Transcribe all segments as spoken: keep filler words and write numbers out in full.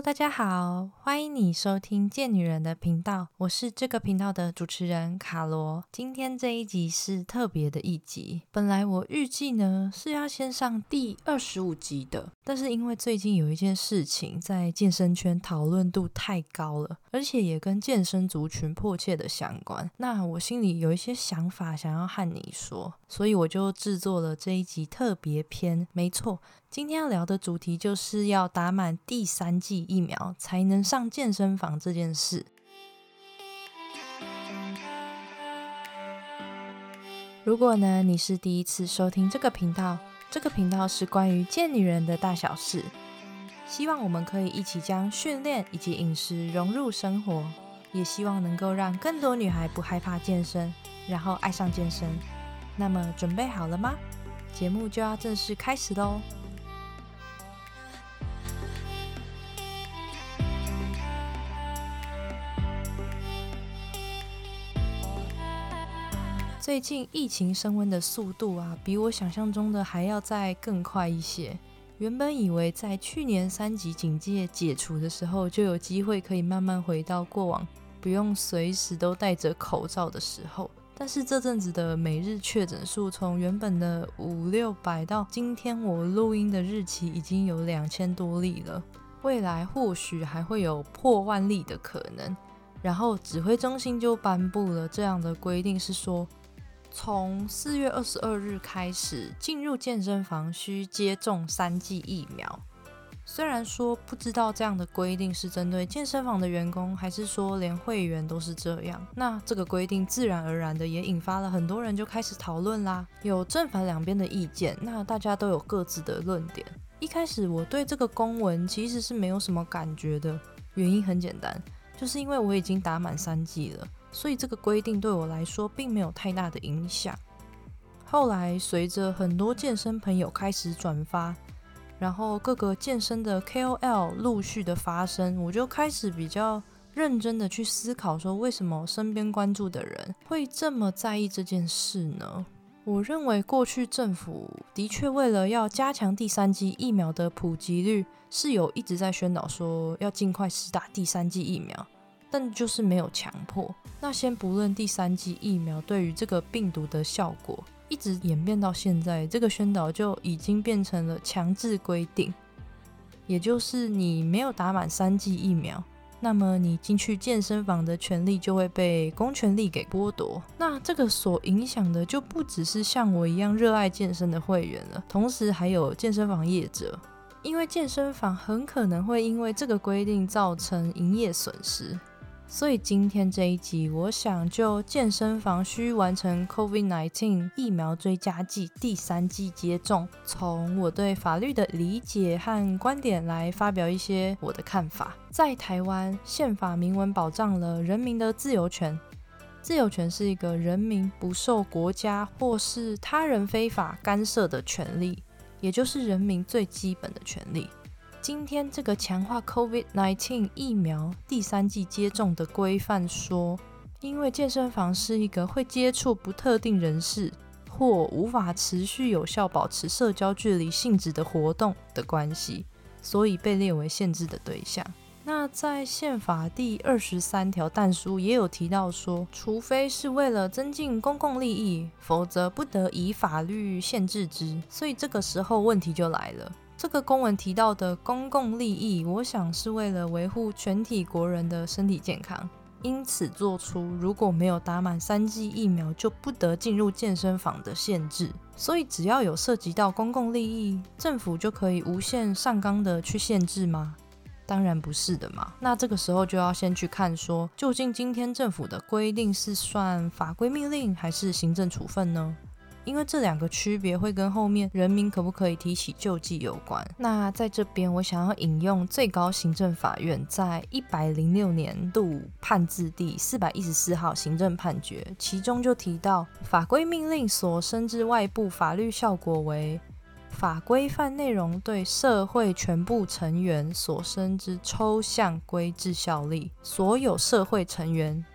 大家好，欢迎你收听贱女人的频道，我是这个频道的主持人卡罗。今天这一集是特别的一集，本来我预计呢是要先上第二十五集的，但是因为最近有一件事情在健身圈讨论度太高了，而且也跟健身族群迫切的相关，那我心里有一些想法想要和你说，所以我就制作了这一集特别篇。没错，今天要聊的主题就是要打满第三剂疫苗才能上健身房这件事。如果呢你是第一次收听这个频道，这个频道是关于健女人的大小事，希望我们可以一起将训练以及饮食融入生活，也希望能够让更多女孩不害怕健身，然后爱上健身。那么准备好了吗？节目就要正式开始咯。最近疫情升温的速度啊，比我想象中的还要再更快一些。原本以为在去年三级警戒解除的时候，就有机会可以慢慢回到过往不用随时都戴着口罩的时候，但是这阵子的每日确诊数从原本的五六百到今天我录音的日期已经有两千多例了，未来或许还会有破万例的可能。然后指挥中心就颁布了这样的规定，是说从四月二十二日开始，进入健身房需接种三剂疫苗。虽然说不知道这样的规定是针对健身房的员工，还是说连会员都是这样，那这个规定自然而然的也引发了很多人就开始讨论啦，有正反两边的意见，那大家都有各自的论点。一开始我对这个公文其实是没有什么感觉的，原因很简单，就是因为我已经打满三剂了，所以这个规定对我来说并没有太大的影响。后来随着很多健身朋友开始转发，然后各个健身的 K O L 陆续的发声，我就开始比较认真的去思考说，为什么身边关注的人会这么在意这件事呢？我认为过去政府的确为了要加强第三剂疫苗的普及率，是有一直在宣导说要尽快施打第三剂疫苗，但就是没有强迫。那先不论第三剂疫苗对于这个病毒的效果，一直演变到现在，这个宣导就已经变成了强制规定，也就是你没有打满三剂疫苗，那么你进去健身房的权利就会被公权力给剥夺。那这个所影响的就不只是像我一样热爱健身的会员了，同时还有健身房业者，因为健身房很可能会因为这个规定造成营业损失。所以今天这一集，我想就健身房需完成 COVID 十九 疫苗追加剂第三剂接种，从我对法律的理解和观点来发表一些我的看法。在台湾，宪法明文保障了人民的自由权，自由权是一个人民不受国家或是他人非法干涉的权利，也就是人民最基本的权利。今天这个强化 COVID 十九 疫苗第三剂接种的规范说，因为健身房是一个会接触不特定人士或无法持续有效保持社交距离性质的活动的关系，所以被列为限制的对象。那在宪法第二十三条但书也有提到说，除非是为了增进公共利益，否则不得以法律限制之。所以这个时候问题就来了，这个公文提到的公共利益，我想是为了维护全体国人的身体健康，因此做出如果没有打满三剂疫苗就不得进入健身房的限制。所以只要有涉及到公共利益，政府就可以无限上纲的去限制吗？当然不是的嘛。那这个时候就要先去看说，究竟今天政府的规定是算法规命令还是行政处分呢？因为这两个区别会跟后面人民可不可以提起救济有关。那在这边我想要引用最高行政法院在一百零六年度判字第四百一十四号行政判决，其中就提到，法规命令所生之外部法律效果为法规范内容对社会全部成员所生之抽象规制效力，所有社会成员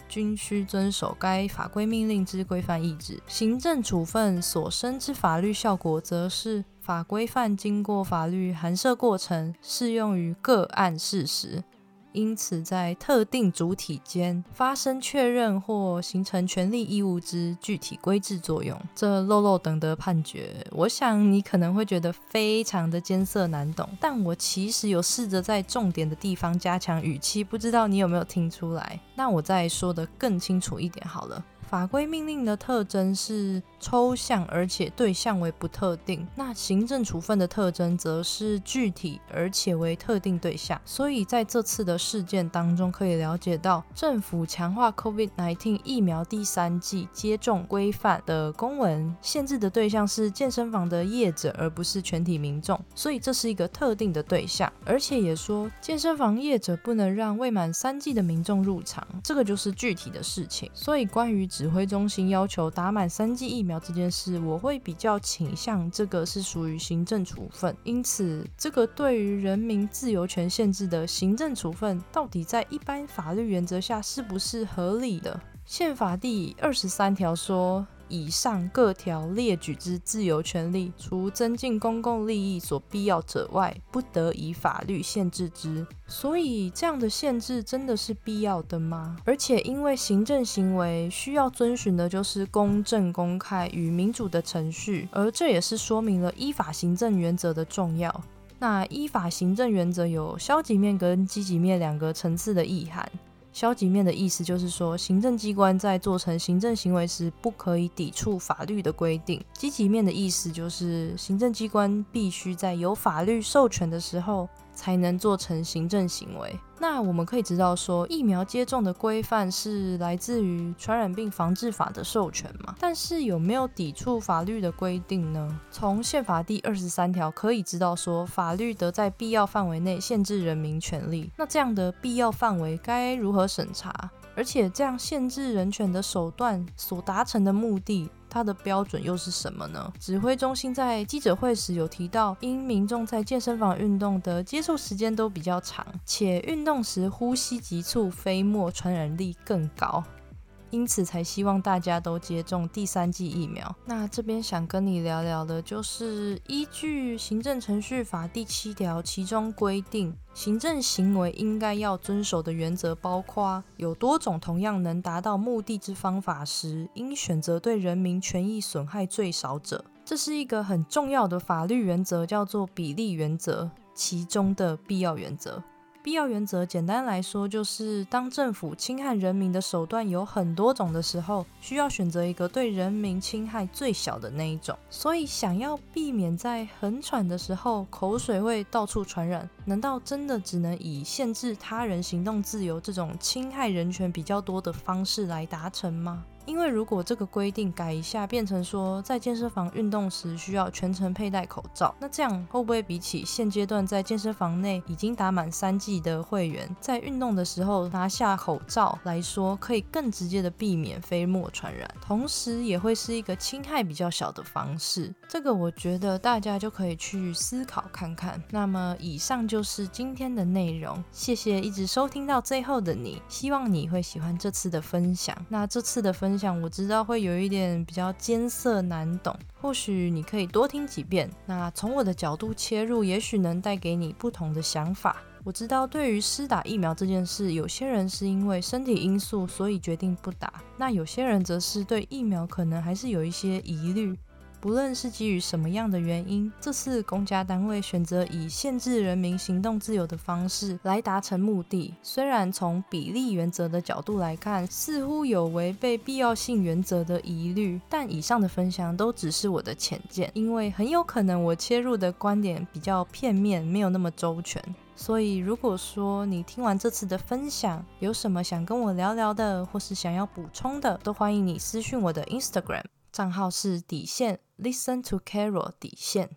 均需遵守该法规命令之规范意志。行政处分所生之法律效果，则是法规范经过法律函涉过程，适用于个案事实。因此在特定主体间发生确认或形成权利义务之具体规制作用。这漏漏等的判决，我想你可能会觉得非常的艰涩难懂，但我其实有试着在重点的地方加强语气，不知道你有没有听出来。那我再说得更清楚一点好了。法规命令的特征是抽象，而且对象为不特定。那行政处分的特征则是具体，而且为特定对象。所以在这次的事件当中，可以了解到政府强化 COVID 十九 疫苗第三剂接种规范的公文，限制的对象是健身房的业者，而不是全体民众。所以这是一个特定的对象，而且也说健身房业者不能让未满三剂的民众入场，这个就是具体的事情。所以关于指挥中心要求打满三剂疫苗这件事，我会比较倾向这个是属于行政处分。因此这个对于人民自由权限制的行政处分，到底在一般法律原则下是不是合理的？宪法第二十三条说，以上各条列举之自由权利，除增进公共利益所必要者外，不得以法律限制之。所以这样的限制真的是必要的吗？而且因为行政行为需要遵循的就是公正公开与民主的程序，而这也是说明了依法行政原则的重要。那依法行政原则有消极面跟积极面两个层次的意涵。消极面的意思就是说，行政机关在做成行政行为时不可以抵触法律的规定。积极面的意思就是行政机关必须在有法律授权的时候才能做成行政行为。那我们可以知道说，疫苗接种的规范是来自于传染病防治法的授权嘛？但是有没有抵触法律的规定呢？从宪法第二十三条可以知道说，法律得在必要范围内限制人民权利。那这样的必要范围该如何审查？而且这样限制人权的手段所达成的目的，它的标准又是什么呢？指挥中心在记者会时有提到，因民众在健身房运动的接触时间都比较长，且运动时呼吸急促，飞沫传染力更高，因此才希望大家都接种第三剂疫苗。那这边想跟你聊聊的就是依据行政程序法第七条，其中规定行政行为应该要遵守的原则包括有多种同样能达到目的之方法时，应选择对人民权益损害最少者。这是一个很重要的法律原则，叫做比例原则，其中的必要原则。必要原则简单来说，就是当政府侵害人民的手段有很多种的时候，需要选择一个对人民侵害最小的那一种。所以想要避免在很喘的时候口水会到处传染，难道真的只能以限制他人行动自由这种侵害人权比较多的方式来达成吗？因为如果这个规定改一下，变成说在健身房运动时需要全程佩戴口罩，那这样会不会比起现阶段在健身房内已经打满三剂的会员，在运动的时候拿下口罩来说，可以更直接的避免飞沫传染，同时也会是一个侵害比较小的方式？这个我觉得大家就可以去思考看看。那么以上就是今天的内容，谢谢一直收听到最后的你，希望你会喜欢这次的分享。那这次的分享我知道会有一点比较艰涩难懂，或许你可以多听几遍，那从我的角度切入，也许能带给你不同的想法。我知道对于施打疫苗这件事，有些人是因为身体因素所以决定不打，那有些人则是对疫苗可能还是有一些疑虑。不论是基于什么样的原因，这次公家单位选择以限制人民行动自由的方式来达成目的，虽然从比例原则的角度来看，似乎有违背必要性原则的疑虑，但以上的分享都只是我的浅见，因为很有可能我切入的观点比较片面，没有那么周全。所以如果说你听完这次的分享，有什么想跟我聊聊的，或是想要补充的，都欢迎你私讯我的 Instagram， 账号是底线 Listen to Carol 底线。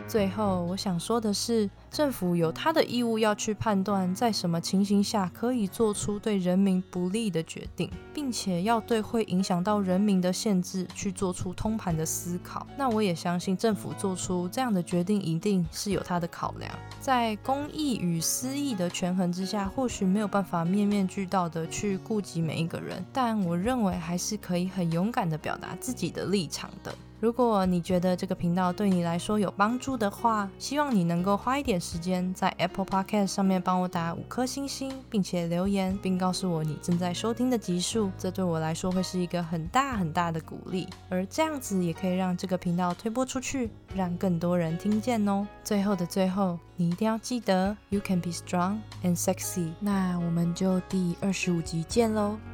最后我想说的是，政府有他的义务要去判断在什么情形下可以做出对人民不利的决定，并且要对会影响到人民的限制去做出通盘的思考。那我也相信政府做出这样的决定一定是有他的考量，在公益与私益的权衡之下，或许没有办法面面俱到的去顾及每一个人，但我认为还是可以很勇敢的表达自己的立场的。如果你觉得这个频道对你来说有帮助的话，希望你能够花一点时间在 Apple Podcast 上面帮我打五颗星星，并且留言，并告诉我你正在收听的集数，这对我来说会是一个很大很大的鼓励，而这样子也可以让这个频道推播出去，让更多人听见哦。最后的最后，你一定要记得 You can be strong and sexy。那我们就第二十五集见咯。